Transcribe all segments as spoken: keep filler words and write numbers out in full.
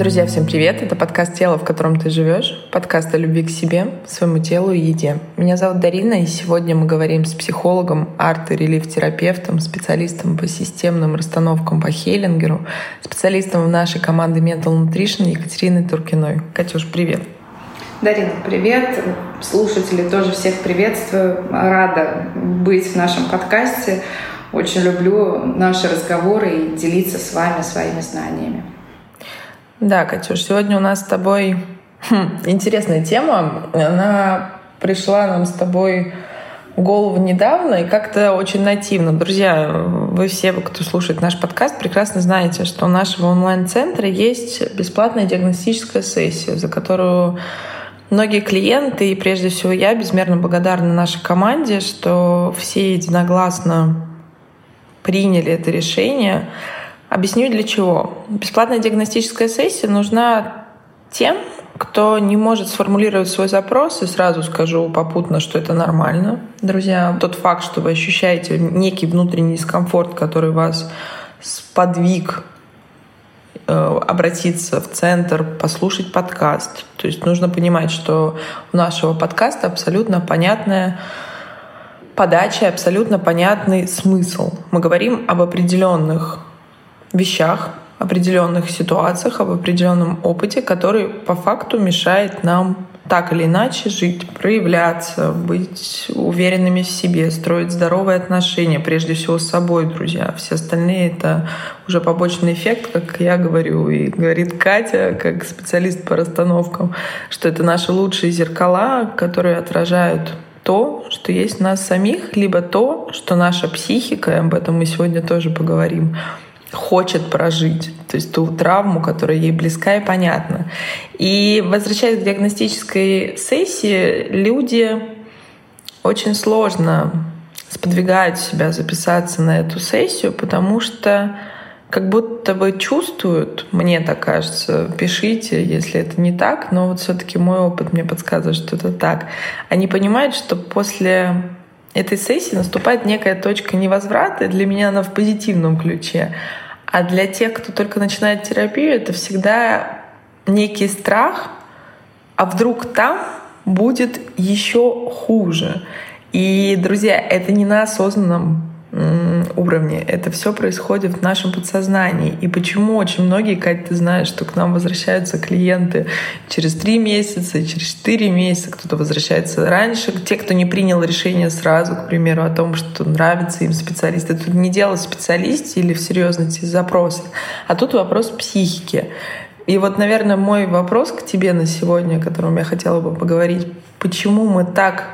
Друзья, всем привет! Это подкаст «Тело, в котором ты живешь», подкаст о любви к себе, своему телу и еде. Меня зовут Дарина, и сегодня мы говорим с психологом, арт- и релиф-терапевтом, специалистом по системным расстановкам по Хейлингеру, специалистом в нашей команде Mental Nutrition Екатериной Туркиной. Катюш, привет! Дарина, привет! Слушатели тоже всех приветствую. Рада быть в нашем подкасте. Очень люблю наши разговоры и делиться с вами своими знаниями. Да, Катюш, сегодня у нас с тобой хм, интересная тема. Она пришла нам с тобой в голову недавно и как-то очень нативно. Друзья, вы все, кто слушает наш подкаст, прекрасно знаете, что у нашего онлайн-центра есть бесплатная диагностическая сессия, за которую многие клиенты, и прежде всего я, безмерно благодарна нашей команде, что все единогласно приняли это решение. Объясню, для чего. Бесплатная диагностическая сессия нужна тем, кто не может сформулировать свой запрос, и сразу скажу попутно, что это нормально. Друзья, тот факт, что вы ощущаете некий внутренний дискомфорт, который вас сподвиг э, обратиться в центр, послушать подкаст. То есть нужно понимать, что у нашего подкаста абсолютно понятная подача, абсолютно понятный смысл. Мы говорим об определенных вещах, определенных ситуациях, об определенном опыте, который по факту мешает нам так или иначе жить, проявляться, быть уверенными в себе, строить здоровые отношения, прежде всего с собой, друзья. Все остальные — это уже побочный эффект, как я говорю, и говорит Катя, как специалист по расстановкам, что это наши лучшие зеркала, которые отражают то, что есть в нас самих, либо то, что наша психика, об этом мы сегодня тоже поговорим, хочет прожить, то есть ту травму, которая ей близка и понятна. И возвращаясь к диагностической сессии, люди очень сложно сподвигают себя записаться на эту сессию, потому что как будто бы чувствуют, мне так кажется, пишите, если это не так, но вот все-таки мой опыт мне подсказывает, что это так. Они понимают, что после этой сессии наступает некая точка невозврата, и для меня она в позитивном ключе. А для тех, кто только начинает терапию, это всегда некий страх, а вдруг там будет еще хуже. И, друзья, это не на осознанном уровне. Это все происходит в нашем подсознании. И почему очень многие, Кать, ты знаешь, что к нам возвращаются клиенты через три месяца, через четыре месяца, кто-то возвращается раньше. Те, кто не принял решение сразу, к примеру, о том, что нравится им специалист. Это тут не дело в специалисте или в серьезности запроса, а тут вопрос психики. И вот, наверное, мой вопрос к тебе на сегодня, о котором я хотела бы поговорить, почему мы так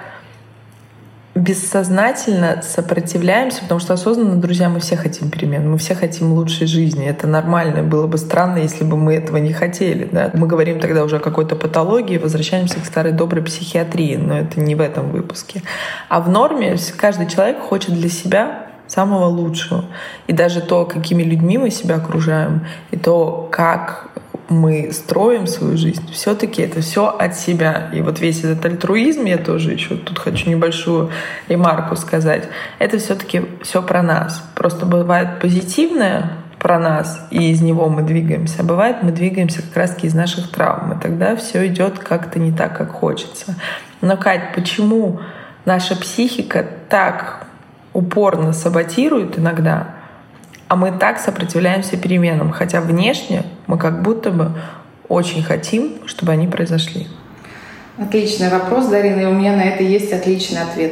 бессознательно сопротивляемся, потому что осознанно, друзья, мы все хотим перемен, мы все хотим лучшей жизни. Это нормально. Было бы странно, если бы мы этого не хотели. Да? Мы говорим тогда уже о какой-то патологии, возвращаемся к старой доброй психиатрии, но это не в этом выпуске. А в норме каждый человек хочет для себя самого лучшего. И даже то, какими людьми мы себя окружаем, и то, как мы строим свою жизнь, все-таки это все от себя. И вот весь этот альтруизм, я тоже еще тут хочу небольшую ремарку сказать, это все-таки все про нас. Просто бывает позитивное про нас, и из него мы двигаемся, а бывает мы двигаемся как раз-таки из наших травм, и тогда все идет как-то не так, как хочется. Но, Кать, почему наша психика так упорно саботирует иногда, а мы так сопротивляемся переменам, хотя внешне мы как будто бы очень хотим, чтобы они произошли? Отличный вопрос, Дарина, и у меня на это есть отличный ответ.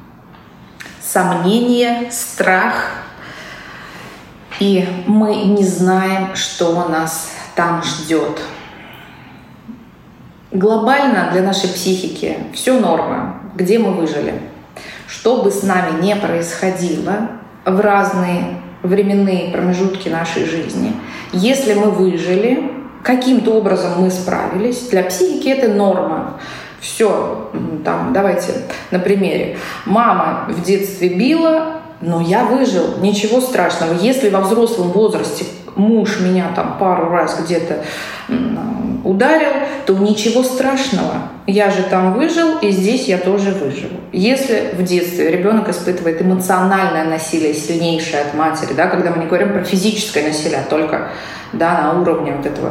Сомнение, страх, и мы не знаем, что нас там ждет. Глобально для нашей психики все норма, где мы выжили. Что бы с нами ни происходило в разные временные промежутки нашей жизни, если мы выжили, каким-то образом мы справились, для психики это норма. Все, там, давайте на примере. Мама в детстве била, но я выжил, ничего страшного. Если во взрослом возрасте муж меня там пару раз где-то ударил, то ничего страшного. Я же там выжил, и здесь я тоже выживу. Если в детстве ребенок испытывает эмоциональное насилие, сильнейшее от матери, да, когда мы не говорим про физическое насилие, а только да, на уровне вот этого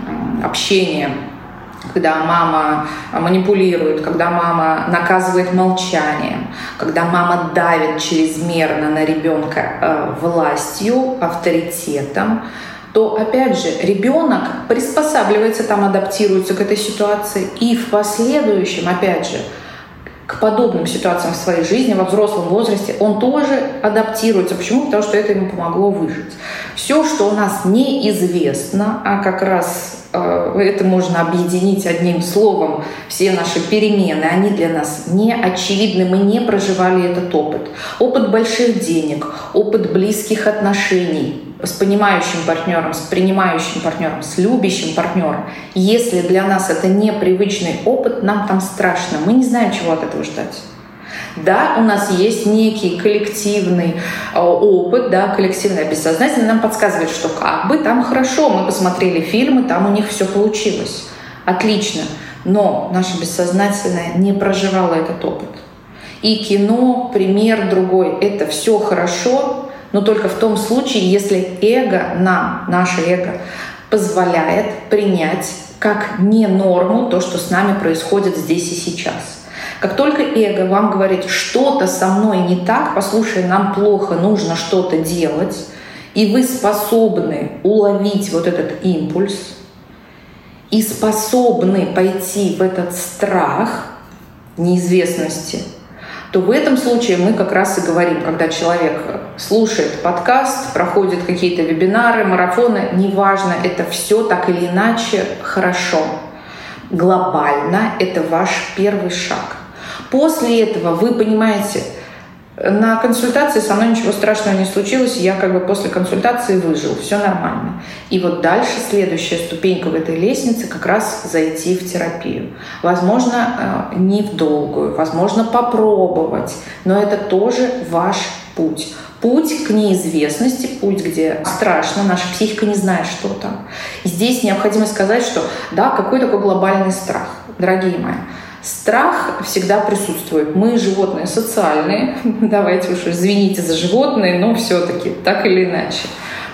общения, когда мама манипулирует, когда мама наказывает молчанием, когда мама давит чрезмерно на ребенка властью, авторитетом, то, опять же, ребенок приспосабливается, там адаптируется к этой ситуации, и в последующем, опять же, к подобным ситуациям в своей жизни, во взрослом возрасте, он тоже адаптируется. Почему? Потому что это ему помогло выжить. Все, что у нас неизвестно, а как раз э, это можно объединить одним словом, все наши перемены, они для нас не очевидны, мы не проживали этот опыт. Опыт больших денег, опыт близких отношений с понимающим партнером, с принимающим партнером, с любящим партнером. Если для нас это непривычный опыт, нам там страшно. Мы не знаем, чего от этого ждать. Да, у нас есть некий коллективный опыт, да, коллективное бессознательное нам подсказывает, что как бы там хорошо, мы посмотрели фильмы, там у них все получилось. Отлично. Но наше бессознательное не проживало этот опыт. И кино, пример другой, это все хорошо, но только в том случае, если эго нам, наше эго, позволяет принять как не норму то, что с нами происходит здесь и сейчас. Как только эго вам говорит, что-то со мной не так, послушай, нам плохо, нужно что-то делать, и вы способны уловить вот этот импульс, и способны пойти в этот страх неизвестности, то в этом случае мы как раз и говорим, когда человек слушает подкаст, проходит какие-то вебинары, марафоны, неважно, это все так или иначе хорошо. Глобально это ваш первый шаг. После этого вы понимаете, на консультации со мной ничего страшного не случилось, я как бы после консультации выжил, все нормально. И вот дальше следующая ступенька в этой лестнице как раз зайти в терапию. Возможно, не в долгую, возможно, попробовать, но это тоже ваш путь. Путь к неизвестности, путь, где страшно, наша психика не знает, что там. И здесь необходимо сказать, что да, какой такой глобальный страх, дорогие мои. Страх всегда присутствует. Мы животные социальные. Давайте уж извините за животные, но все-таки так или иначе.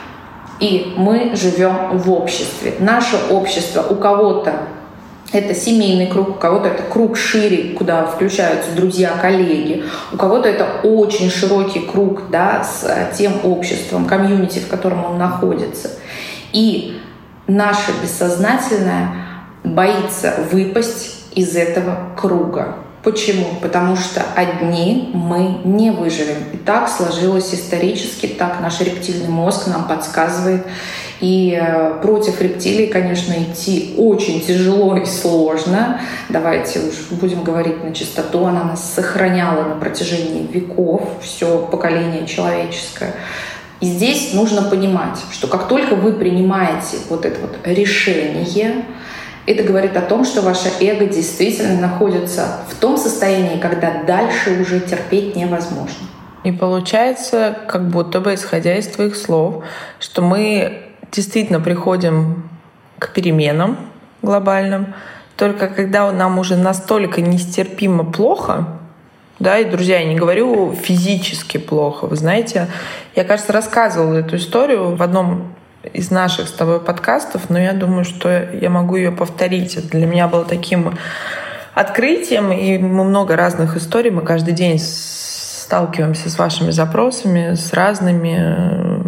И мы живем в обществе. Наше общество у кого-то это семейный круг, у кого-то это круг шире, куда включаются друзья, коллеги. У кого-то это очень широкий круг, да, с тем обществом, комьюнити, в котором он находится. И наше бессознательное боится выпасть из этого круга. Почему? Потому что одни мы не выживем. И так сложилось исторически, так наш рептильный мозг нам подсказывает. И против рептилий, конечно, идти очень тяжело и сложно. Давайте уж будем говорить на чистоту. Она нас сохраняла на протяжении веков, все поколение человеческое. И здесь нужно понимать, что как только вы принимаете вот это вот решение, это говорит о том, что ваше эго действительно находится в том состоянии, когда дальше уже терпеть невозможно. И получается, как будто бы, исходя из твоих слов, что мы действительно приходим к переменам глобальным, только когда нам уже настолько нестерпимо плохо, да, и, друзья, я не говорю физически плохо, вы знаете, я, кажется, рассказывала эту историю в одном из наших с тобой подкастов, но я думаю, что я могу ее повторить. Это для меня было таким открытием, и мы много разных историй, мы каждый день сталкиваемся с вашими запросами, с разными,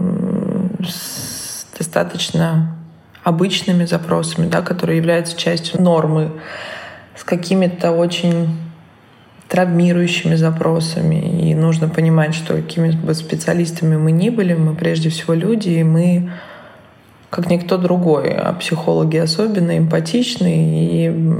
с достаточно обычными запросами, да, которые являются частью нормы, с какими-то очень травмирующими запросами. И нужно понимать, что какими бы специалистами мы ни были, мы прежде всего люди, и мы как никто другой, а психологи особенно эмпатичны и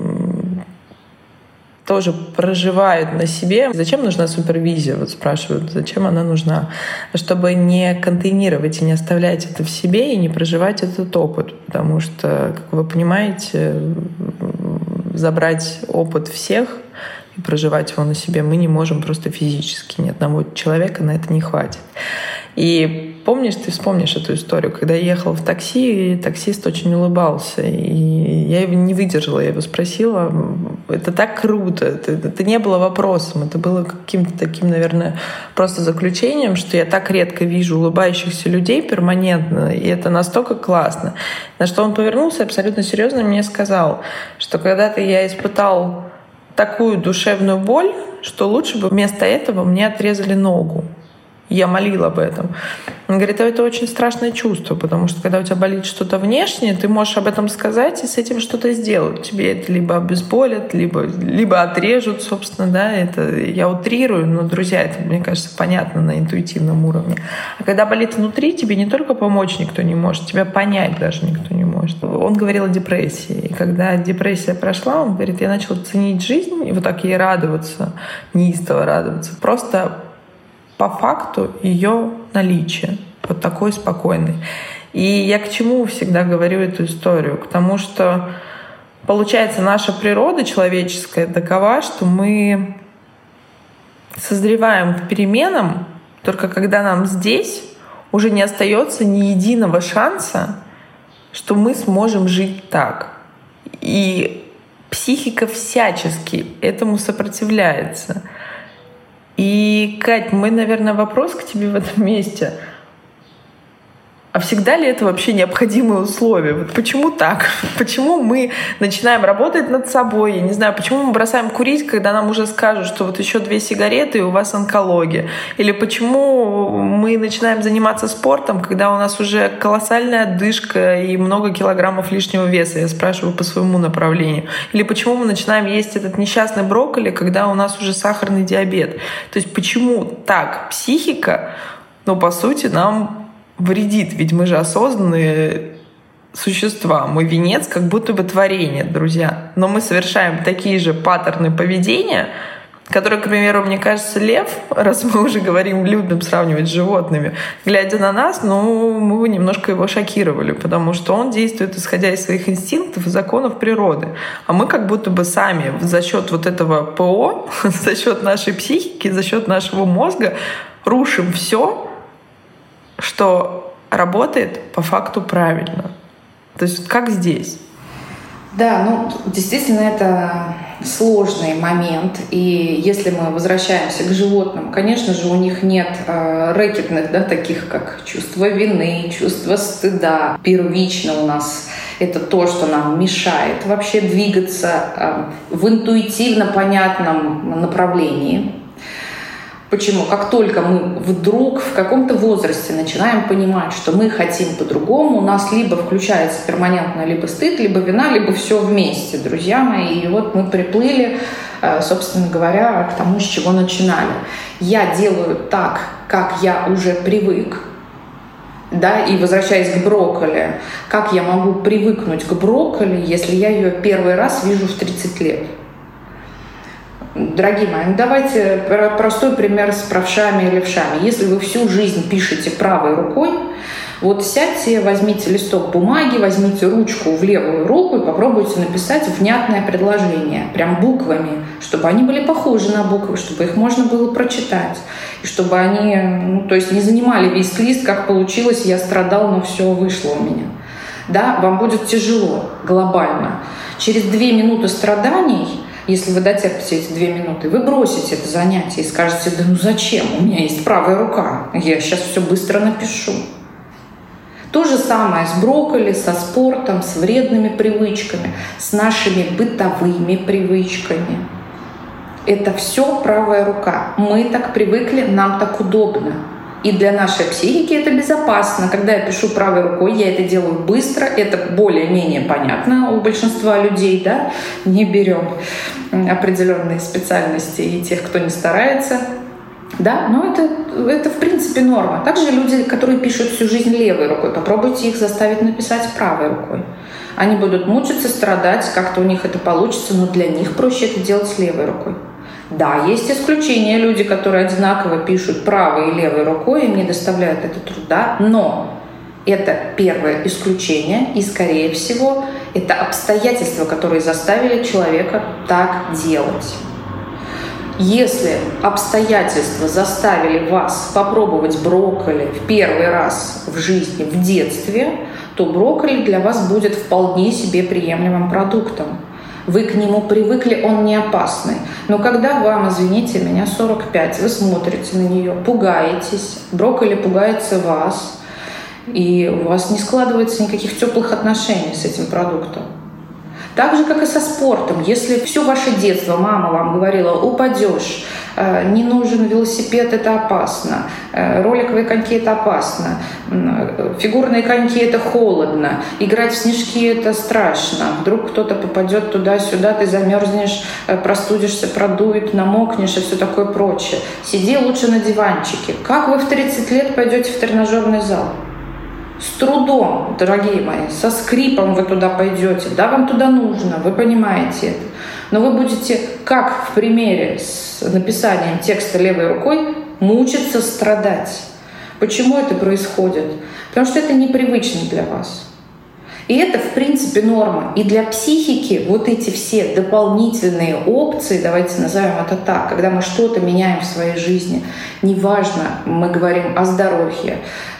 тоже проживают на себе. Зачем нужна супервизия? Вот спрашивают, зачем она нужна? Чтобы не контейнировать и не оставлять это в себе и не проживать этот опыт. Потому что, как вы понимаете, забрать опыт всех и проживать его на себе мы не можем просто физически. Ни одного человека на это не хватит. И помнишь, ты вспомнишь эту историю, когда я ехала в такси, и таксист очень улыбался, и я его не выдержала, я его спросила, это так круто, это, это не было вопросом, это было каким-то таким, наверное, просто заключением, что я так редко вижу улыбающихся людей перманентно, и это настолько классно. На что он повернулся и абсолютно серьезно мне сказал, что когда-то я испытал такую душевную боль, что лучше бы вместо этого мне отрезали ногу. Я молила об этом. Он говорит, это очень страшное чувство, потому что когда у тебя болит что-то внешнее, ты можешь об этом сказать и с этим что-то сделать. Тебе это либо обезболят, либо, либо отрежут, собственно, да, это я утрирую, но, друзья, это, мне кажется, понятно на интуитивном уровне. А когда болит внутри, тебе не только помочь никто не может, тебя понять даже никто не может. Он говорил о депрессии, и когда депрессия прошла, он говорит, я начал ценить жизнь и вот так ей радоваться, неистово радоваться, просто по факту ее наличия, вот такой спокойный. И я к чему всегда говорю эту историю? К тому, что, получается, наша природа человеческая такова, что мы созреваем к переменам, только когда нам здесь уже не остается ни единого шанса, что мы сможем жить так. И психика всячески этому сопротивляется. И, Кать, мой, наверное, вопрос к тебе в этом месте. А всегда ли это вообще необходимые условия? Вот почему так? Почему мы начинаем работать над собой? Я не знаю, почему мы бросаем курить, когда нам уже скажут, что вот еще две сигареты, и у вас онкология? Или почему мы начинаем заниматься спортом, когда у нас уже колоссальная одышка и много килограммов лишнего веса? Я спрашиваю по своему направлению. Или почему мы начинаем есть этот несчастный брокколи, когда у нас уже сахарный диабет? То есть почему так? Психика, ну, по сути, нам вредит, ведь мы же осознанные существа. Мы венец как будто бы творения, друзья. Но мы совершаем такие же паттерны поведения, которые, к примеру, мне кажется, лев, раз мы уже говорим, любим сравнивать с животными, глядя на нас, ну, мы немножко его шокировали, потому что он действует, исходя из своих инстинктов и законов природы. А мы как будто бы сами за счет вот этого ПО, за счет нашей психики, за счет нашего мозга рушим все, что работает по факту правильно. То есть как здесь? Да, ну, действительно, это сложный момент. И если мы возвращаемся к животным, конечно же, у них нет э, рэкетных, да, таких как чувство вины, чувство стыда. Первично у нас это то, что нам мешает вообще двигаться э, в интуитивно понятном направлении. Почему? Как только мы вдруг в каком-то возрасте начинаем понимать, что мы хотим по-другому, у нас либо включается перманентно либо стыд, либо вина, либо все вместе, друзья мои. И вот мы приплыли, собственно говоря, к тому, с чего начинали. Я делаю так, как я уже привык. Да, и возвращаясь к брокколи, как я могу привыкнуть к брокколи, если я ее первый раз вижу в тридцать лет? Дорогие мои, ну давайте простой пример с правшами и левшами. Если вы всю жизнь пишете правой рукой, вот сядьте, возьмите листок бумаги, возьмите ручку в левую руку и попробуйте написать внятное предложение, прям буквами, чтобы они были похожи на буквы, чтобы их можно было прочитать, и чтобы они, ну, то есть не занимали весь лист, как получилось, я страдал, но все вышло у меня. Да, вам будет тяжело, глобально. Через две минуты страданий, если вы дотерпите эти две минуты, вы бросите это занятие и скажете, да ну зачем, у меня есть правая рука, я сейчас все быстро напишу. То же самое с брокколи, со спортом, с вредными привычками, с нашими бытовыми привычками. Это все правая рука. Мы так привыкли, нам так удобно. И для нашей психики это безопасно. Когда я пишу правой рукой, я это делаю быстро, это более-менее понятно у большинства людей, да, не берем определенные специальности и тех, кто не старается, да, но это, это в принципе норма. Также люди, которые пишут всю жизнь левой рукой, попробуйте их заставить написать правой рукой. Они будут мучиться, страдать, как-то у них это получится, но для них проще это делать левой рукой. Да, есть исключения, люди, которые одинаково пишут правой и левой рукой, им не доставляют это труда, но это первое исключение, и, скорее всего, это обстоятельства, которые заставили человека так делать. Если обстоятельства заставили вас попробовать брокколи в первый раз в жизни, в детстве, то брокколи для вас будет вполне себе приемлемым продуктом. Вы к нему привыкли, он не опасный. Но когда вам, извините меня, сорок пять, вы смотрите на нее, пугаетесь, брокколи пугается вас, и у вас не складывается никаких теплых отношений с этим продуктом. Так же, как и со спортом. Если все ваше детство мама вам говорила: упадешь, не нужен велосипед, это опасно, роликовые коньки — это опасно, фигурные коньки — это холодно, играть в снежки — это страшно, вдруг кто-то попадет туда-сюда, ты замерзнешь, простудишься, продует, намокнешь и все такое прочее. Сиди лучше на диванчике. Как вы в тридцать лет пойдете в тренажерный зал? С трудом, дорогие мои, со скрипом вы туда пойдете. Да, вам туда нужно, вы понимаете это. Но вы будете, как в примере с написанием текста левой рукой, мучиться, страдать. Почему это происходит? Потому что это непривычно для вас. И это, в принципе, норма. И для психики вот эти все дополнительные опции, давайте назовем это так, когда мы что-то меняем в своей жизни, неважно, мы говорим о здоровье,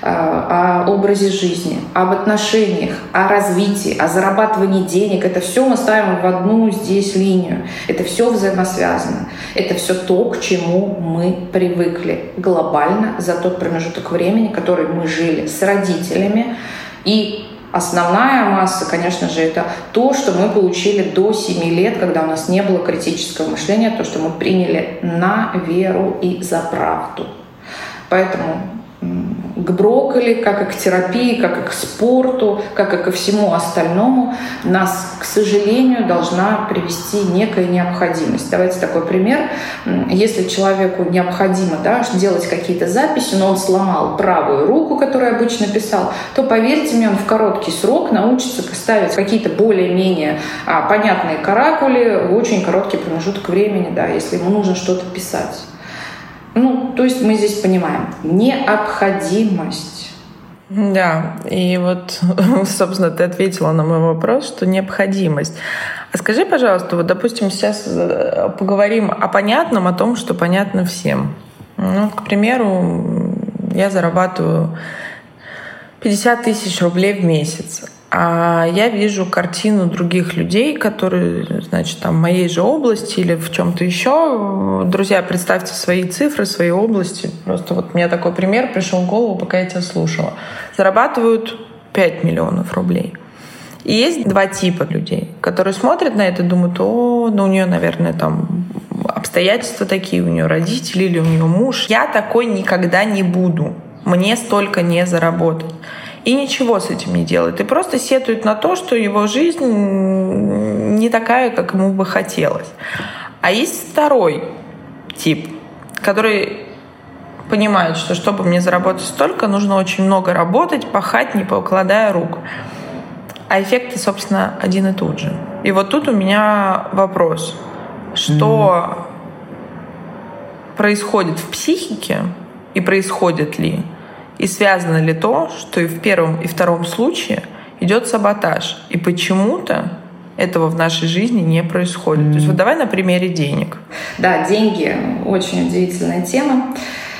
о образе жизни, об отношениях, о развитии, о зарабатывании денег, это все мы ставим в одну здесь линию. Это все взаимосвязано. Это все то, к чему мы привыкли глобально за тот промежуток времени, который мы жили с родителями. И основная масса, конечно же, это то, что мы получили до семи лет, когда у нас не было критического мышления, то, что мы приняли на веру и за правду. Поэтому к брокколи, как и к терапии, как и к спорту, как и ко всему остальному, нас, к сожалению, должна привести некая необходимость. Давайте такой пример. Если человеку необходимо, да, делать какие-то записи, но он сломал правую руку, которую обычно писал, то, поверьте мне, он в короткий срок научится ставить какие-то более-менее а, понятные каракули в очень короткий промежуток времени, да, если ему нужно что-то писать. Ну, то есть мы здесь понимаем необходимость. Да, и вот, собственно, ты ответила на мой вопрос, что необходимость. А скажи, пожалуйста, вот, допустим, сейчас поговорим о понятном, о том, что понятно всем. Ну, к примеру, я зарабатываю пятьдесят тысяч рублей в месяц. А я вижу картину других людей, которые, значит, там в моей же области или в чем-то еще. Друзья, представьте свои цифры, свои области. Просто вот мне такой пример пришел в голову, пока я тебя слушала. Зарабатывают пять миллионов рублей. И есть два типа людей, которые смотрят на это и думают: о, ну у нее, наверное, там обстоятельства такие, у нее родители или у нее муж. Я такой никогда не буду. Мне столько не заработать. И ничего с этим не делает. И просто сетует на то, что его жизнь не такая, как ему бы хотелось. А есть второй тип, который понимает, что чтобы мне заработать столько, нужно очень много работать, пахать, не покладая рук. А эффект, собственно, один и тот же. И вот тут у меня вопрос. Что mm-hmm. происходит в психике и происходит ли? И связано ли то, что и в первом, и втором случае идет саботаж? И почему-то этого в нашей жизни не происходит. Mm-hmm. То есть вот давай на примере денег. Да, деньги — очень удивительная тема.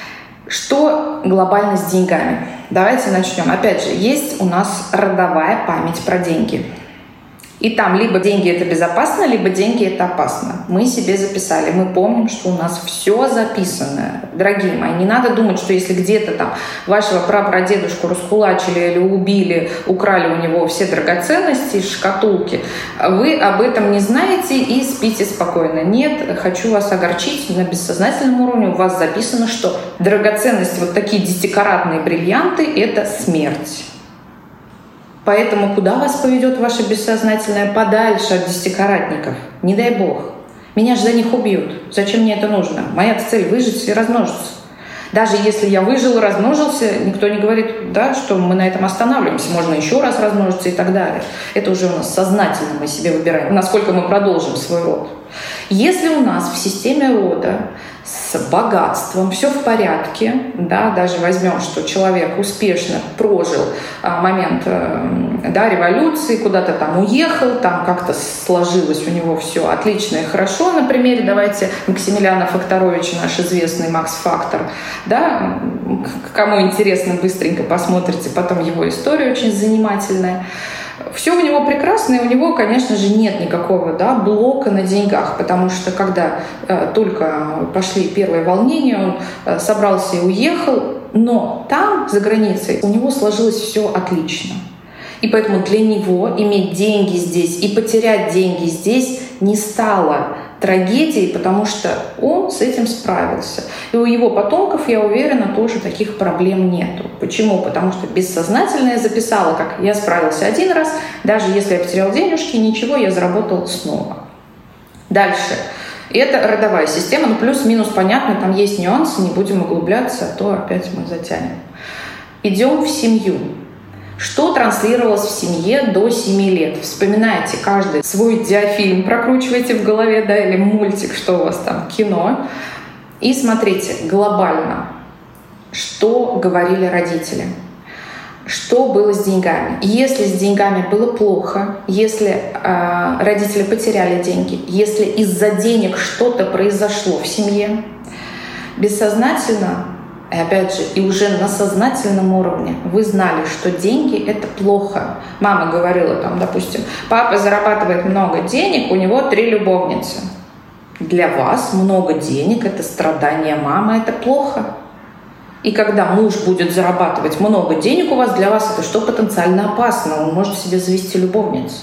Что глобально с деньгами? Давайте начнем. Опять же, есть у нас родовая память про деньги. И там либо деньги — это безопасно, либо деньги — это опасно. Мы себе записали, мы помним, что у нас все записано. Дорогие мои, не надо думать, что если где-то там вашего прапрадедушку раскулачили или убили, украли у него все драгоценности из шкатулки, вы об этом не знаете и спите спокойно. Нет, хочу вас огорчить, на бессознательном уровне у вас записано, что драгоценности, вот такие десятикаратные бриллианты — это смерть. Поэтому куда вас поведет ваше бессознательное? Подальше от десятикаратников. Не дай бог. Меня же за них убьют. Зачем мне это нужно? Моя цель — выжить и размножиться. Даже если я выжил и размножился, никто не говорит, да, что мы на этом останавливаемся. Можно еще раз размножиться и так далее. Это уже у нас сознательно мы себе выбираем, насколько мы продолжим свой род. Если у нас в системе рода с с богатством, все в порядке, да, даже возьмем, что человек успешно прожил а, момент да, революции, куда-то там уехал, там как-то сложилось у него все отлично и хорошо. На примере, давайте, Максимилиана Факторовича, наш известный Макс Фактор, да, кому интересно, быстренько посмотрите потом его историю, очень занимательная. Все у него прекрасно, и у него, конечно же, нет никакого да, блока на деньгах, потому что когда э, только пошли первые волнения, он э, собрался и уехал, но там, за границей, у него сложилось все отлично. И поэтому для него иметь деньги здесь и потерять деньги здесь не стало трагедией, потому что он с этим справился. И у его потомков, я уверена, тоже таких проблем нету. Почему? Потому что бессознательно я записала, как я справился один раз, даже если я потерял денежки, ничего, я заработал снова. Дальше. И это родовая система, ну плюс-минус понятно, там есть нюансы, не будем углубляться, а то опять мы затянем. Идем в семью. Что транслировалось в семье до семи лет? Вспоминайте каждый свой диафильм, прокручивайте в голове, да, или мультик, что у вас там, кино. И смотрите глобально, что говорили родители, что было с деньгами. Если с деньгами было плохо, если э, родители потеряли деньги, если из-за денег что-то произошло в семье, бессознательно, и опять же, и уже на сознательном уровне вы знали, что деньги — это плохо. Мама говорила, там, допустим, папа зарабатывает много денег, у него три любовницы. Для вас много денег — это страдание мамы, это плохо. И когда муж будет зарабатывать много денег у вас, для вас это что потенциально опасно? Он может себе завести любовницу.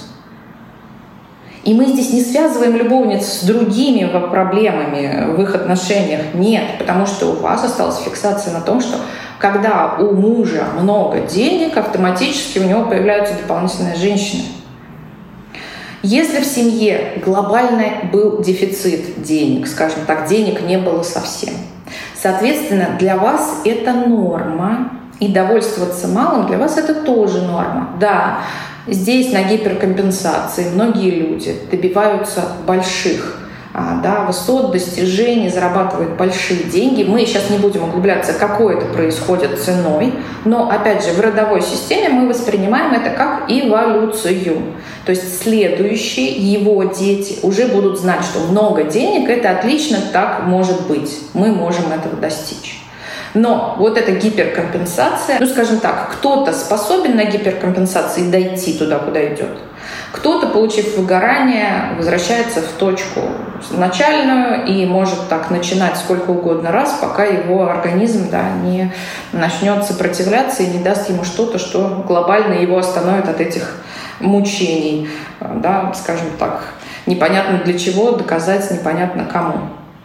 И мы здесь не связываем любовниц с другими проблемами в их отношениях. Нет, потому что у вас осталась фиксация на том, что когда у мужа много денег, автоматически у него появляются дополнительные женщины. Если в семье глобальный был дефицит денег, скажем так, денег не было совсем, соответственно, для вас это норма, и довольствоваться малым для вас это тоже норма. Да, здесь на гиперкомпенсации многие люди добиваются больших да, высот, достижений, зарабатывают большие деньги. Мы сейчас не будем углубляться, какой это происходит ценой, но, опять же, в родовой системе мы воспринимаем это как эволюцию. То есть следующие его дети уже будут знать, что много денег — это отлично, так может быть, мы можем этого достичь. Но вот эта гиперкомпенсация, ну, скажем так, кто-то способен на гиперкомпенсации дойти туда, куда идет. Кто-то, получив выгорание, возвращается в точку начальную и может так начинать сколько угодно раз, пока его организм да, не начнет сопротивляться и не даст ему что-то, что глобально его остановит от этих мучений. Да, скажем так, непонятно для чего, доказать непонятно кому.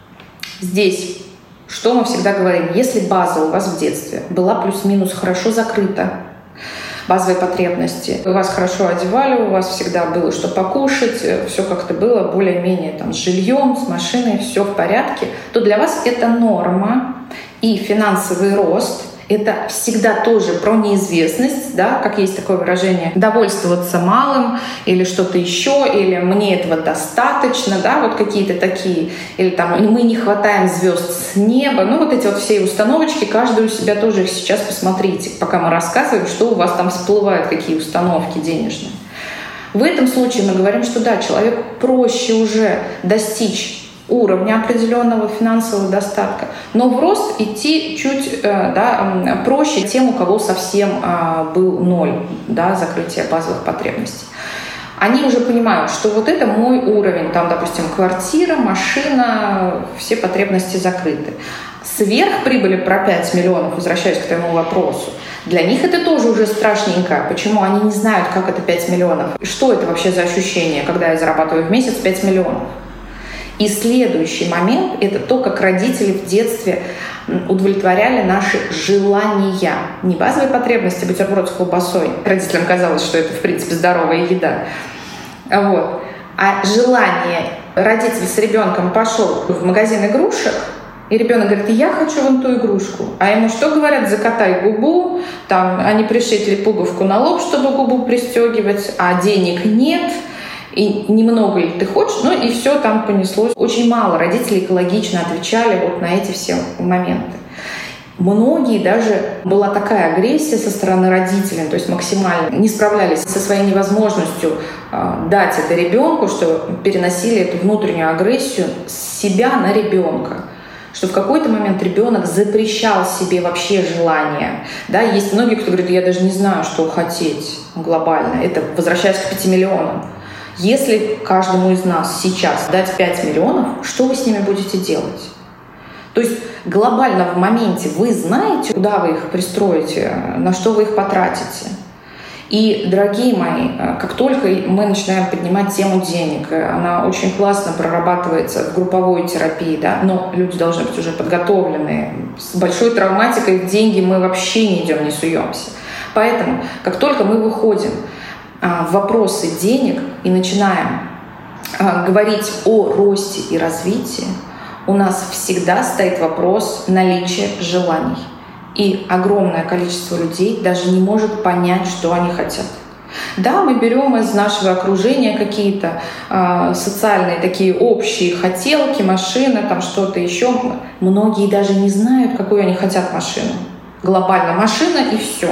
Здесь что мы всегда говорим? Если база у вас в детстве была плюс-минус хорошо закрыта, базовые потребности, вас хорошо одевали, у вас всегда было что покушать, все как-то было более-менее там, с жильем, с машиной, все в порядке, то для вас это норма, и финансовый рост — это всегда тоже про неизвестность, да, как есть такое выражение, довольствоваться малым или что-то еще, или мне этого достаточно, да, вот какие-то такие, или там мы не хватаем звезд с неба, ну вот эти вот все установочки, каждый у себя тоже их сейчас посмотрите, пока мы рассказываем, что у вас там всплывают, какие установки денежные. В этом случае мы говорим, что да, человеку проще уже достичь уровня определенного финансового достатка, но в рост идти чуть да, проще тем, у кого совсем был ноль да, закрытия базовых потребностей. Они уже понимают, что вот это мой уровень, там, допустим, квартира, машина, все потребности закрыты. Сверхприбыли про пять миллионов, возвращаясь к твоему вопросу, для них это тоже уже страшненько. Почему? Они не знают, как это пять миллионов. Что это вообще за ощущение, когда я зарабатываю в месяц пять миллионов? И следующий момент — это то, как родители в детстве удовлетворяли наши желания. Не базовые потребности, бутерброд с колбасой. Родителям казалось, что это, в принципе, здоровая еда. Вот. А желание. Родитель с ребенком пошел в магазин игрушек, и ребенок говорит: я хочу вон ту игрушку. А ему что говорят? Закатай губу, там, они пришили пуговку на лоб, чтобы губу пристегивать, а денег нет. И немного ли ты хочешь, ну и все там понеслось. Очень мало родителей экологично отвечали вот на эти все моменты. Многие даже была такая агрессия со стороны родителей, то есть максимально не справлялись со своей невозможностью э, дать это ребенку, что переносили эту внутреннюю агрессию с себя на ребенка. Что в какой-то момент ребенок запрещал себе вообще желание. Да, есть многие, кто говорит, я даже не знаю, что хотеть глобально. Это возвращаясь к пяти миллионам. Если каждому из нас сейчас дать пять миллионов, что вы с ними будете делать? То есть глобально в моменте вы знаете, куда вы их пристроите, на что вы их потратите. И, дорогие мои, как только мы начинаем поднимать тему денег, она очень классно прорабатывается в групповой терапии, да, но люди должны быть уже подготовлены. С большой травматикой в деньги мы вообще не идем, не суемся. Поэтому, как только мы выходим в вопросы денег и начинаем говорить о росте и развитии, у нас всегда стоит вопрос наличия желаний. И огромное количество людей даже не может понять, что они хотят. Да, мы берем из нашего окружения какие-то э, социальные такие общие хотелки, машины, там что-то еще. Многие даже не знают, какую они хотят машину. Глобально машина и все.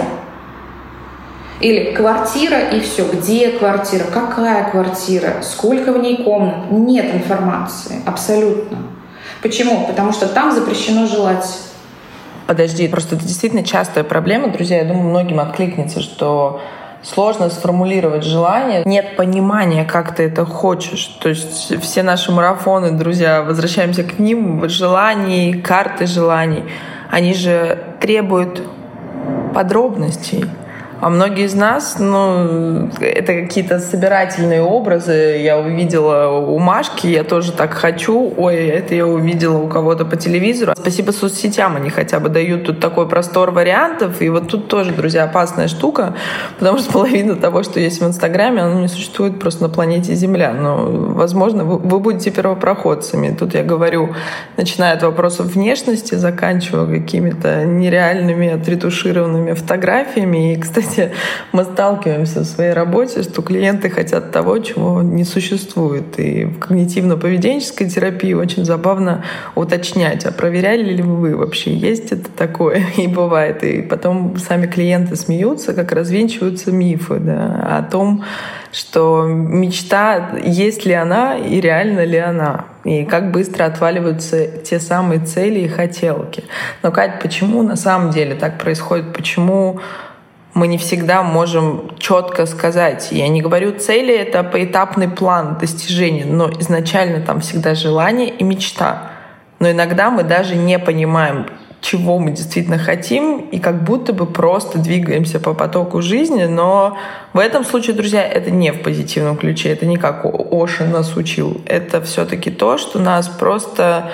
Или квартира и все. Где квартира? Какая квартира? Сколько в ней комнат? Нет информации. Абсолютно. Почему? Потому что там запрещено желать. Подожди, просто это действительно частая проблема, друзья. Я думаю, многим откликнется, что сложно сформулировать желание. Нет понимания, как ты это хочешь. То есть все наши марафоны, друзья, возвращаемся к ним, желаний, карты желаний, они же требуют подробностей. А многие из нас, ну, это какие-то собирательные образы. Я увидела у Машки, я тоже так хочу. Ой, это я увидела у кого-то по телевизору. Спасибо соцсетям, они хотя бы дают тут такой простор вариантов. И вот тут тоже, друзья, опасная штука, потому что половина того, что есть в Инстаграме, оно не существует просто на планете Земля. Но, возможно, вы, вы будете первопроходцами. Тут я говорю, начиная от вопросов внешности, заканчивая какими-то нереальными, отретушированными фотографиями. И, кстати, мы сталкиваемся в своей работе, что клиенты хотят того, чего не существует. И в когнитивно-поведенческой терапии очень забавно уточнять, а проверяли ли вы вообще, есть это такое? И бывает. И потом сами клиенты смеются, как развенчиваются мифы, да, о том, что мечта, есть ли она и реально ли она. И как быстро отваливаются те самые цели и хотелки. Но, Кать, почему на самом деле так происходит? Почему мы не всегда можем четко сказать? Я не говорю цели, это поэтапный план достижения, но изначально там всегда желание и мечта. Но иногда мы даже не понимаем, чего мы действительно хотим, и как будто бы просто двигаемся по потоку жизни, но в этом случае, друзья, это не в позитивном ключе, это не как Оша нас учил. Это все-таки то, что нас просто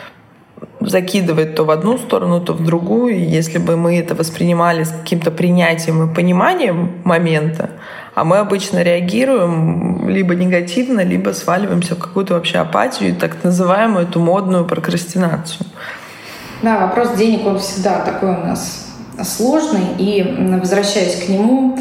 закидывает то в одну сторону, то в другую. И если бы мы это воспринимали с каким-то принятием и пониманием момента, а мы обычно реагируем либо негативно, либо сваливаемся в какую-то вообще апатию, так называемую эту модную прокрастинацию. Да, вопрос денег, он всегда такой у нас сложный. И возвращаясь к нему,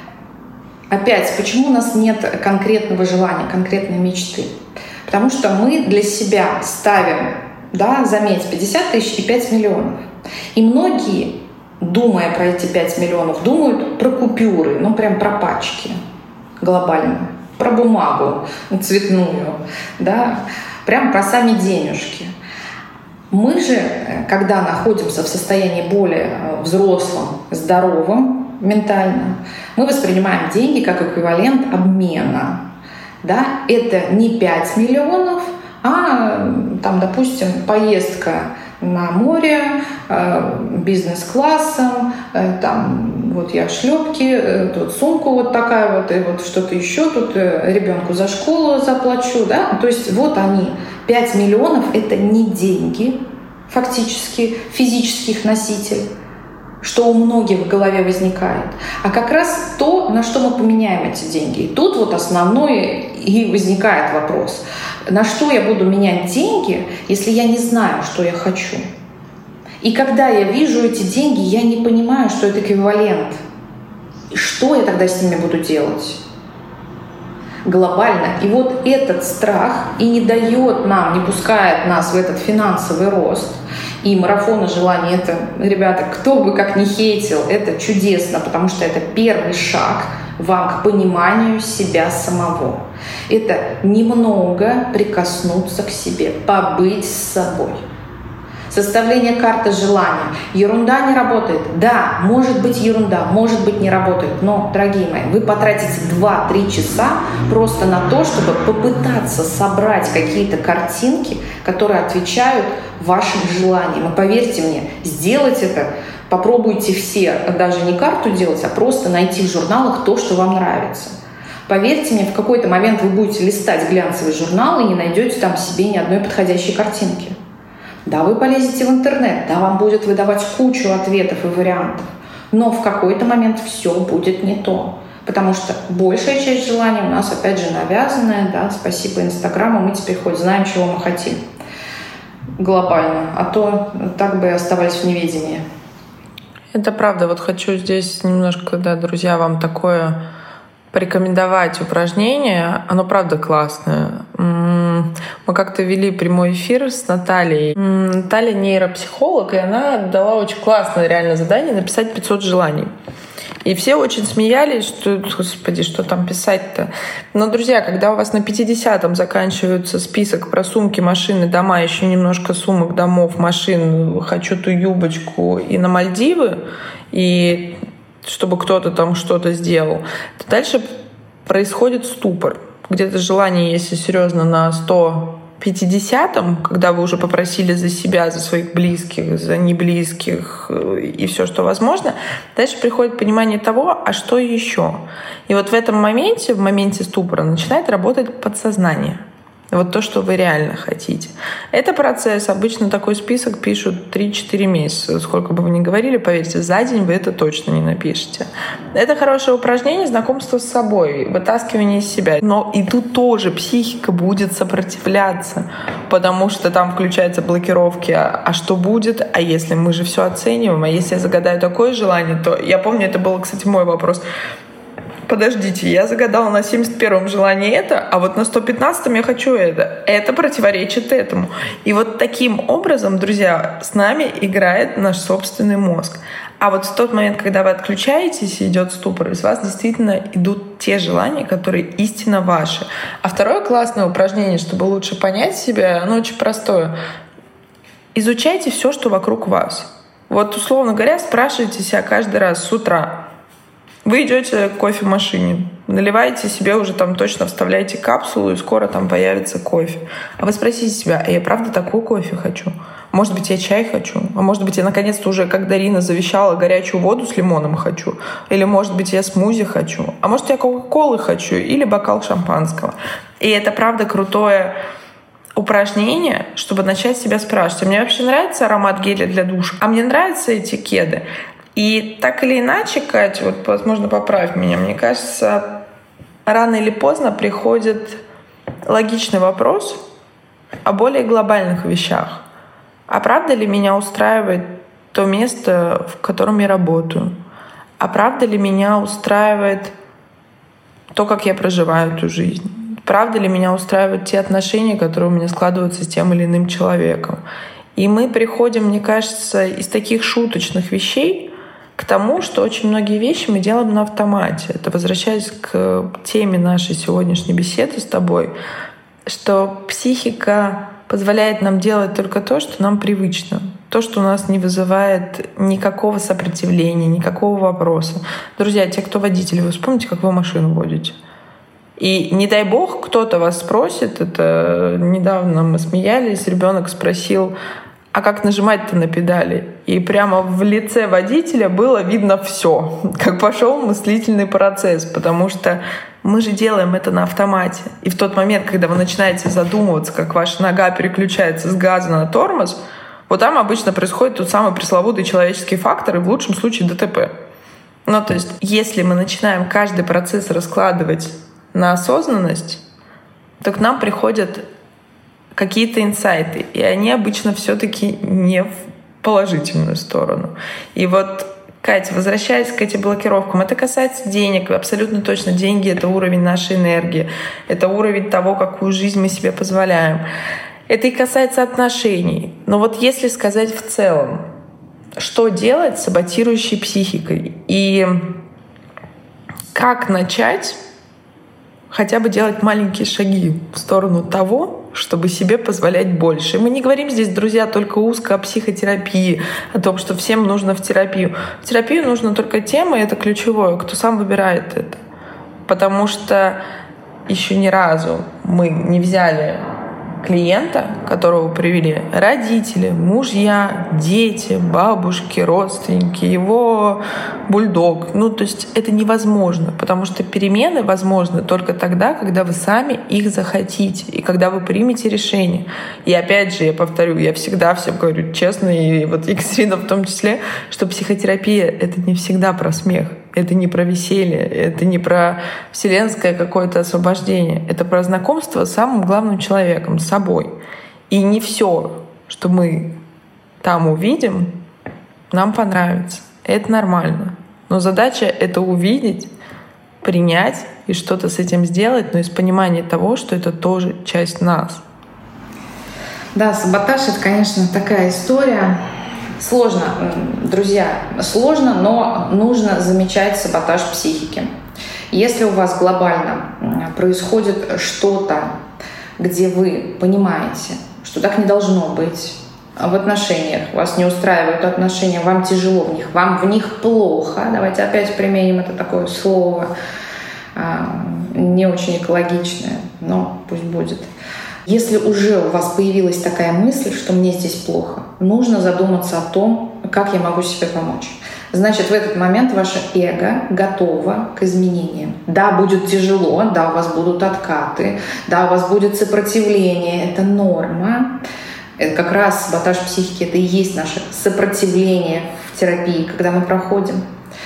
опять, почему у нас нет конкретного желания, конкретной мечты? Потому что мы для себя ставим, да, заметь, пятьдесят тысяч и пять миллионов. И многие, думая про эти пять миллионов, думают про купюры, ну прям про пачки глобально, про бумагу цветную, да, прям про сами денежки. Мы же, когда находимся в состоянии более взрослом, здоровом ментально, мы воспринимаем деньги как эквивалент обмена. Да? Это не пять миллионов, а, там, допустим, поездка на море, бизнес-классом, там, вот я в шлепке, тут сумку вот такая вот, и вот что-то еще, тут ребенку за школу заплачу, да, то есть вот они, пять миллионов — это не деньги, фактически, физический их носитель, что у многих в голове возникает, а как раз то, на что мы поменяем эти деньги. И тут вот основное и возникает вопрос. На что я буду менять деньги, если я не знаю, что я хочу? И когда я вижу эти деньги, я не понимаю, что это эквивалент. И что я тогда с ними буду делать? глобально. И вот этот страх и не дает нам, не пускает нас в этот финансовый рост. И марафон желаний — это, ребята, кто бы как ни хейтил, это чудесно, потому что это первый шаг вам к пониманию себя самого. Это немного прикоснуться к себе, побыть с собой. Составление карты желаний. Ерунда не работает. Да, может быть ерунда, может быть не работает. Но, дорогие мои, вы потратите два-три часа просто на то, чтобы попытаться собрать какие-то картинки, которые отвечают вашим желаниям. И поверьте мне, сделать это попробуйте все, даже не карту делать, а просто найти в журналах то, что вам нравится. Поверьте мне, в какой-то момент вы будете листать глянцевый журнал и не найдете там себе ни одной подходящей картинки. Да, вы полезете в интернет, да, вам будет выдавать кучу ответов и вариантов, но в какой-то момент все будет не то, потому что большая часть желаний у нас, опять же, навязанная, да, спасибо Инстаграму, мы теперь хоть знаем, чего мы хотим глобально, а то так бы и оставались в неведении. Это правда. Вот хочу здесь немножко, да, друзья, вам такое порекомендовать упражнение. Оно правда классное. Мы как-то вели прямой эфир с Натальей. Наталья нейропсихолог, и она дала очень классное реально задание написать пятьсот желаний. И все очень смеялись, что, господи, что там писать-то. Но, друзья, когда у вас на пятидесятом заканчивается список про сумки, машины, дома, еще немножко сумок, домов, машин, хочу ту юбочку и на Мальдивы, и чтобы кто-то там что-то сделал, то дальше происходит ступор. Где-то желание, если серьезно, на сто пятидесятом, когда вы уже попросили за себя, за своих близких, за неблизких и все, что возможно, дальше приходит понимание того, а что еще. И вот в этом моменте, в моменте ступора, начинает работать подсознание. Вот то, что вы реально хотите. Это процесс. Обычно такой список пишут три-четыре месяца. Сколько бы вы ни говорили, поверьте, за день вы это точно не напишете. Это хорошее упражнение, знакомство с собой, вытаскивание из себя. Но и тут тоже психика будет сопротивляться, потому что там включаются блокировки. А что будет? А если мы же все оцениваем? А если я загадаю такое желание, то... Я помню, это был, кстати, мой вопрос. Подождите, я загадала на семьдесят первом желании это, а вот на сто пятнадцатом я хочу это. Это противоречит этому. И вот таким образом, друзья, с нами играет наш собственный мозг. А вот в тот момент, когда вы отключаетесь и идет ступор, из вас действительно идут те желания, которые истинно ваши. А второе классное упражнение, чтобы лучше понять себя, оно очень простое. Изучайте все, что вокруг вас. Вот, условно говоря, спрашивайте себя каждый раз с утра. Вы идете к кофемашине, наливаете себе уже там точно, вставляете капсулу, и скоро там появится кофе. А вы спросите себя, а я правда такой кофе хочу? Может быть, я чай хочу? А может быть, я наконец-то уже, как Дарина завещала, горячую воду с лимоном хочу? Или, может быть, я смузи хочу? А может, я кока-колы хочу? Или бокал шампанского? И это правда крутое упражнение, чтобы начать себя спрашивать. А мне вообще нравится аромат геля для душа? А мне нравятся эти кеды? И так или иначе, Катя, вот, возможно, поправь меня, мне кажется, рано или поздно приходит логичный вопрос о более глобальных вещах. А правда ли меня устраивает то место, в котором я работаю? А правда ли меня устраивает то, как я проживаю эту жизнь? Правда ли меня устраивают те отношения, которые у меня складываются с тем или иным человеком? И мы приходим, мне кажется, из таких шуточных вещей к тому, что очень многие вещи мы делаем на автомате. Это возвращаясь к теме нашей сегодняшней беседы с тобой, что психика позволяет нам делать только то, что нам привычно, то, что у нас не вызывает никакого сопротивления, никакого вопроса. Друзья, те, кто водители, вы вспомните, как вы машину водите. И не дай бог, кто-то вас спросит, это недавно мы смеялись, ребенок спросил, а как нажимать-то на педали? И прямо в лице водителя было видно все, как пошел мыслительный процесс, потому что мы же делаем это на автомате. И в тот момент, когда вы начинаете задумываться, как ваша нога переключается с газа на тормоз, вот там обычно происходит тот самый пресловутый человеческий фактор и в лучшем случае ДТП. Ну, то есть, если мы начинаем каждый процесс раскладывать на осознанность, то к нам приходят какие-то инсайты, и они обычно все-таки не в положительную сторону. И вот Катя, возвращаясь к этим блокировкам, это касается денег. Абсолютно точно деньги — это уровень нашей энергии. Это уровень того, какую жизнь мы себе позволяем. Это и касается отношений. Но вот если сказать в целом, что делать с саботирующей психикой? И как начать хотя бы делать маленькие шаги в сторону того, чтобы себе позволять больше. И мы не говорим здесь, друзья, только узко о психотерапии, о том, что всем нужно в терапию. В терапию нужно только тем, и это ключевое, кто сам выбирает это. Потому что еще ни разу мы не взяли клиента, которого привели родители, мужья, дети, бабушки, родственники, его бульдог. Ну, то есть это невозможно, потому что перемены возможны только тогда, когда вы сами их захотите и когда вы примете решение. И опять же, я повторю, я всегда всем говорю честно, и вот Екатерина в том числе, что психотерапия — это не всегда про смех. Это не про веселье, это не про вселенское какое-то освобождение. Это про знакомство с самым главным человеком, с собой. И не все, что мы там увидим, нам понравится. Это нормально. Но задача — это увидеть, принять и что-то с этим сделать, но из понимания того, что это тоже часть нас. Да, саботаж — это, конечно, такая история. Сложно, друзья, сложно, но нужно замечать саботаж психики. Если у вас глобально происходит что-то, где вы понимаете, что так не должно быть в отношениях, вас не устраивают отношения, вам тяжело в них, вам в них плохо, давайте опять применим это такое слово, не очень экологичное, но пусть будет. Если уже у вас появилась такая мысль, что мне здесь плохо, нужно задуматься о том, как я могу себе помочь. Значит, в этот момент ваше эго готово к изменениям. Да, будет тяжело, да, у вас будут откаты, да, у вас будет сопротивление, это норма. Это как раз саботаж психики, это и есть наше сопротивление в терапии, когда мы проходим.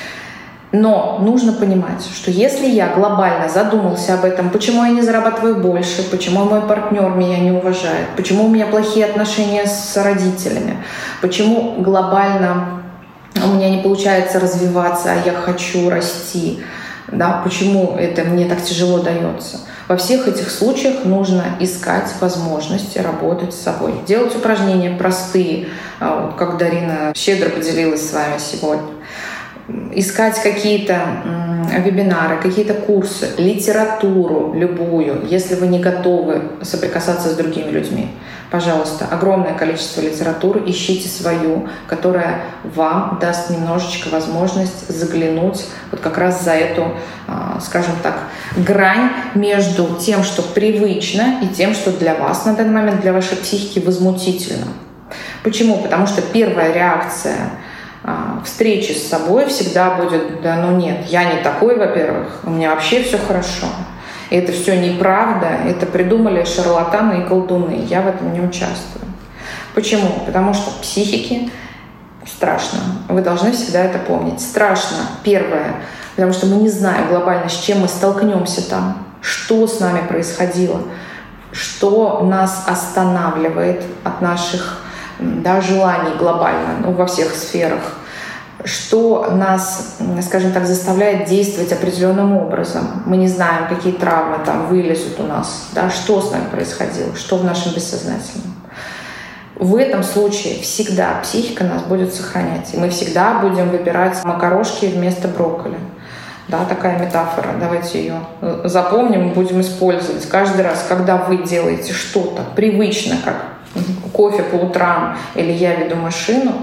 Но нужно понимать, что если я глобально задумался об этом, почему я не зарабатываю больше, почему мой партнер меня не уважает, почему у меня плохие отношения с родителями, почему глобально у меня не получается развиваться, а я хочу расти, да, почему это мне так тяжело дается. Во всех этих случаях нужно искать возможности работать с собой, делать упражнения простые, как Дарина щедро поделилась с вами сегодня. Искать какие-то вебинары, какие-то курсы, литературу любую, если вы не готовы соприкасаться с другими людьми. Пожалуйста, огромное количество литературы, ищите свою, которая вам даст немножечко возможность заглянуть вот как раз за эту, скажем так, грань между тем, что привычно, и тем, что для вас на данный момент, для вашей психики возмутительно. Почему? Потому что первая реакция встречи с собой всегда будет: да ну нет, я не такой, во-первых, у меня вообще все хорошо. И это все неправда, это придумали шарлатаны и колдуны, я в этом не участвую. Почему? Потому что психике страшно, вы должны всегда это помнить. Страшно, первое, потому что мы не знаем глобально, с чем мы столкнемся там, что с нами происходило, что нас останавливает от наших, да, желаний глобально, ну, во всех сферах, что нас, скажем так, заставляет действовать определенным образом. Мы не знаем, какие травмы там вылезут у нас, да, что с нами происходило, что в нашем бессознательном. В этом случае всегда психика нас будет сохранять, и мы всегда будем выбирать макарошки вместо брокколи. Да, такая метафора, давайте ее запомним и будем использовать. Каждый раз, когда вы делаете что-то привычно, как кофе по утрам или я веду машину,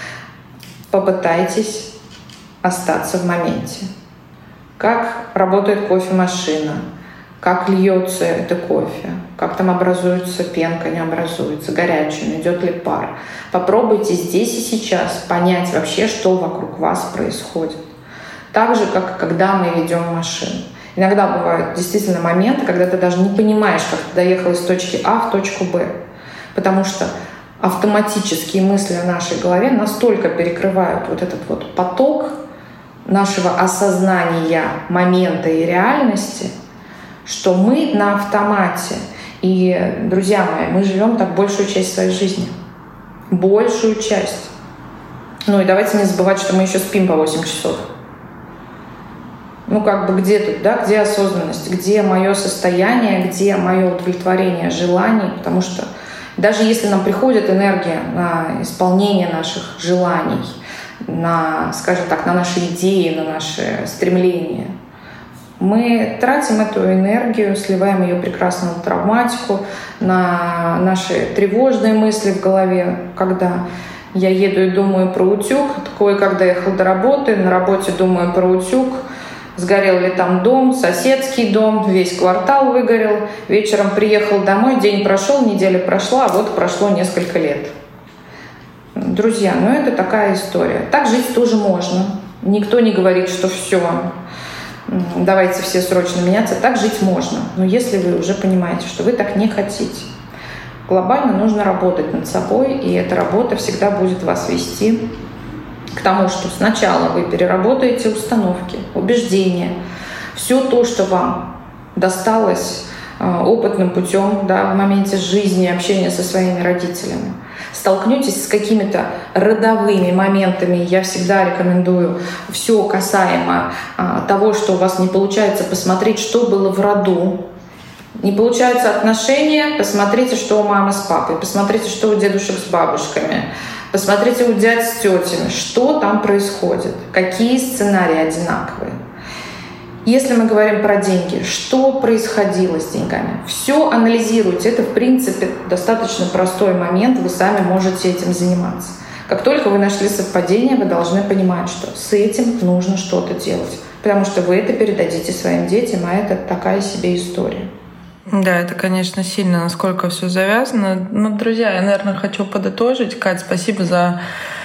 попытайтесь остаться в моменте. Как работает кофемашина, как льется это кофе, как там образуется пенка, не образуется, горячий, идет ли пар. Попробуйте здесь и сейчас понять вообще, что вокруг вас происходит. Так же, как когда мы ведем машину. Иногда бывают действительно моменты, когда ты даже не понимаешь, как ты доехал из точки А в точку Б. Потому что автоматические мысли в нашей голове настолько перекрывают вот этот вот поток нашего осознания момента и реальности, что мы на автомате. И, друзья мои, мы живем так большую часть своей жизни. Большую часть. Ну и давайте не забывать, что мы еще спим по восемь часов. Ну как бы где тут, да, где осознанность, где мое состояние, где мое удовлетворение желаний, потому что даже если нам приходит энергия на исполнение наших желаний, на, скажем так, на наши идеи, на наши стремления, мы тратим эту энергию, сливаем ее прекрасно на травматику, на наши тревожные мысли в голове, когда я еду и думаю про утюг, такое, когда ехал до работы, на работе думаю про утюг, сгорел ли там дом, соседский дом, весь квартал выгорел. Вечером приехал домой, день прошел, неделя прошла, а вот прошло несколько лет. Друзья, ну это такая история. Так жить тоже можно. Никто не говорит, что все, давайте все срочно меняться. Так жить можно. Но если вы уже понимаете, что вы так не хотите, глобально нужно работать над собой, и эта работа всегда будет вас вести к тому, что сначала вы переработаете установки, убеждения, все то, что вам досталось э, опытным путем, да, в моменте жизни, общения со своими родителями. Столкнетесь с какими-то родовыми моментами. Я всегда рекомендую все касаемо э, того, что у вас не получается, посмотреть, что было в роду. Не получаются отношения, посмотрите, что у мамы с папой, посмотрите, что у дедушек с бабушками. Посмотрите у дядь с тетями, что там происходит, какие сценарии одинаковые. Если мы говорим про деньги, что происходило с деньгами? Все анализируйте. Это, в принципе, достаточно простой момент, вы сами можете этим заниматься. Как только вы нашли совпадение, вы должны понимать, что с этим нужно что-то делать, потому что вы это передадите своим детям, а это такая себе история. Да, это, конечно, сильно, насколько все завязано. Ну, друзья, я, наверное, хочу подытожить. Кать, спасибо за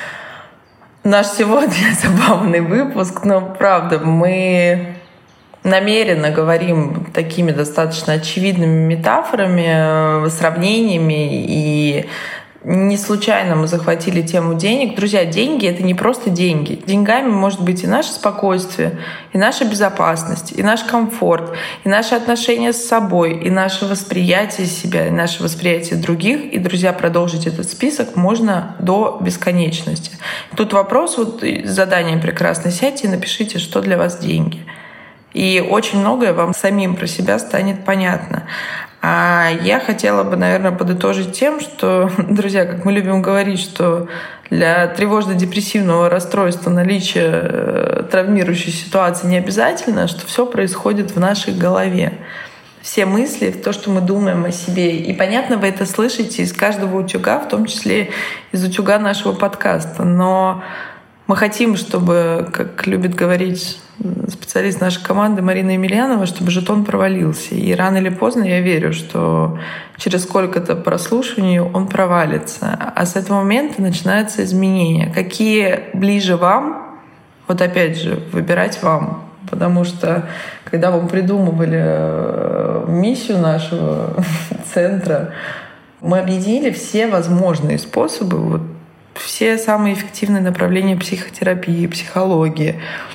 наш сегодня забавный выпуск. Но, правда, мы намеренно говорим такими достаточно очевидными метафорами, сравнениями, и не случайно мы захватили тему денег. Друзья, деньги — это не просто деньги. Деньгами может быть и наше спокойствие, и наша безопасность, и наш комфорт, и наши отношения с собой, и наше восприятие себя, и наше восприятие других. И, друзья, продолжить этот список можно до бесконечности. Тут вопрос, вот задание прекрасно: сядьте и напишите, что для вас деньги. И очень многое вам самим про себя станет понятно. А я хотела бы, наверное, подытожить тем, что, друзья, как мы любим говорить, что для тревожно-депрессивного расстройства наличие травмирующей ситуации не обязательно, что все происходит в нашей голове. Все мысли, то, что мы думаем о себе. И, понятно, вы это слышите из каждого утюга, в том числе из утюга нашего подкаста. Но мы хотим, чтобы, как любит говорить специалист нашей команды Марина Емельянова, чтобы жетон провалился. И рано или поздно я верю, что через сколько-то прослушиваний он провалится. А с этого момента начинаются изменения. Какие ближе вам, вот опять же, выбирать вам. Потому что когда мы придумывали миссию нашего центра, мы объединили все возможные способы, вот, все самые эффективные направления психотерапии, психологии,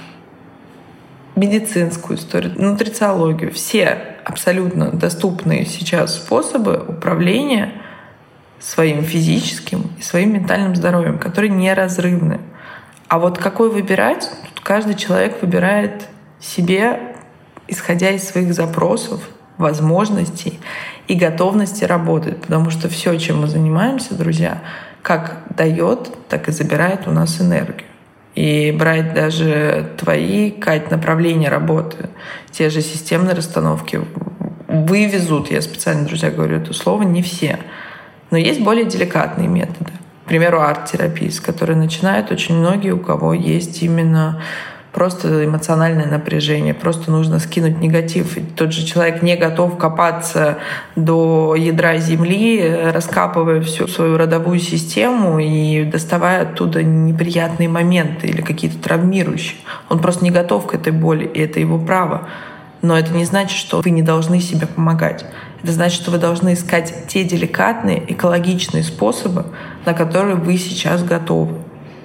медицинскую историю, нутрициологию, все абсолютно доступные сейчас способы управления своим физическим и своим ментальным здоровьем, которые неразрывны. А вот какой выбирать, тут каждый человек выбирает себе, исходя из своих запросов, возможностей и готовности работать. Потому что все, чем мы занимаемся, друзья, как дает, так и забирает у нас энергию. И брать даже твои, Кать, направления работы, те же системные расстановки вывезут, я специально, друзья, говорю это слово, не все. Но есть более деликатные методы. К примеру, арт-терапия, с которой начинают очень многие, у кого есть именно просто эмоциональное напряжение, просто нужно скинуть негатив. И тот же человек не готов копаться до ядра земли, раскапывая всю свою родовую систему и доставая оттуда неприятные моменты или какие-то травмирующие. Он просто не готов к этой боли, и это его право. Но это не значит, что вы не должны себе помогать. Это значит, что вы должны искать те деликатные, экологичные способы, на которые вы сейчас готовы.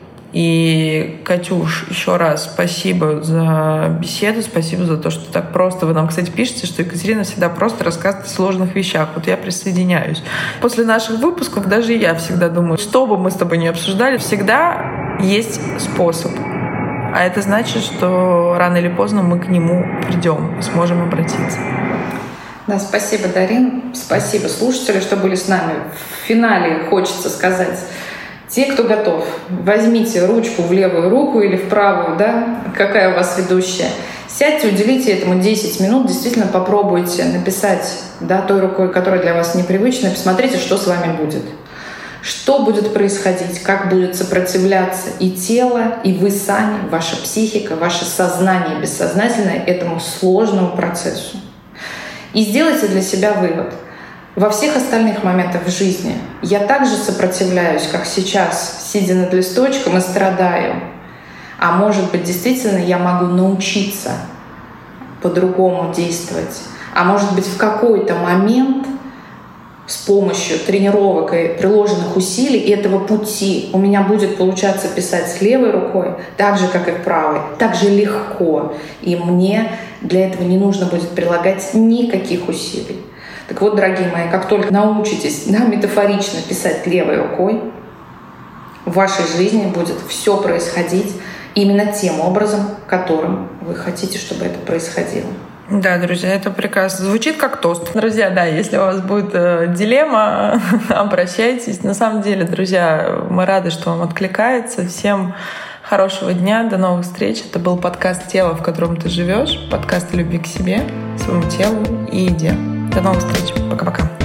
И, Катюш, еще раз спасибо за беседу, спасибо за то, что так просто. Вы нам, кстати, пишете, что Екатерина всегда просто рассказывает о сложных вещах. Вот я присоединяюсь. После наших выпусков даже я всегда думаю, что бы мы с тобой ни обсуждали, всегда есть способ. А это значит, что рано или поздно мы к нему придем и сможем обратиться. Да, спасибо, Дарин. Спасибо, слушатели, что были с нами. В финале хочется сказать: те, кто готов, возьмите ручку в левую руку или в правую, да, какая у вас ведущая. Сядьте, уделите этому десять минут, действительно попробуйте написать, да, той рукой, которая для вас непривычна, и посмотрите, что с вами будет. Что будет происходить, как будет сопротивляться и тело, и вы сами, ваша психика, ваше сознание бессознательное этому сложному процессу. И сделайте для себя вывод. Во всех остальных моментах в жизни я также сопротивляюсь, как сейчас, сидя над листочком и страдаю. А может быть, действительно, я могу научиться по-другому действовать. А может быть, в какой-то момент с помощью тренировок и приложенных усилий этого пути у меня будет получаться писать с левой рукой, так же, как и правой, так же легко. И мне для этого не нужно будет прилагать никаких усилий. Так вот, дорогие мои, как только научитесь, да, метафорично писать левой рукой, в вашей жизни будет все происходить именно тем образом, которым вы хотите, чтобы это происходило. Да, друзья, это прекрасно. Звучит как тост. Друзья, да, если у вас будет э, дилемма, обращайтесь. На самом деле, друзья, мы рады, что вам откликается. Всем хорошего дня, до новых встреч. Это был подкаст «Тело, в котором ты живешь», подкаст о любви к себе, своему телу и еде. До новых встреч. Пока-пока.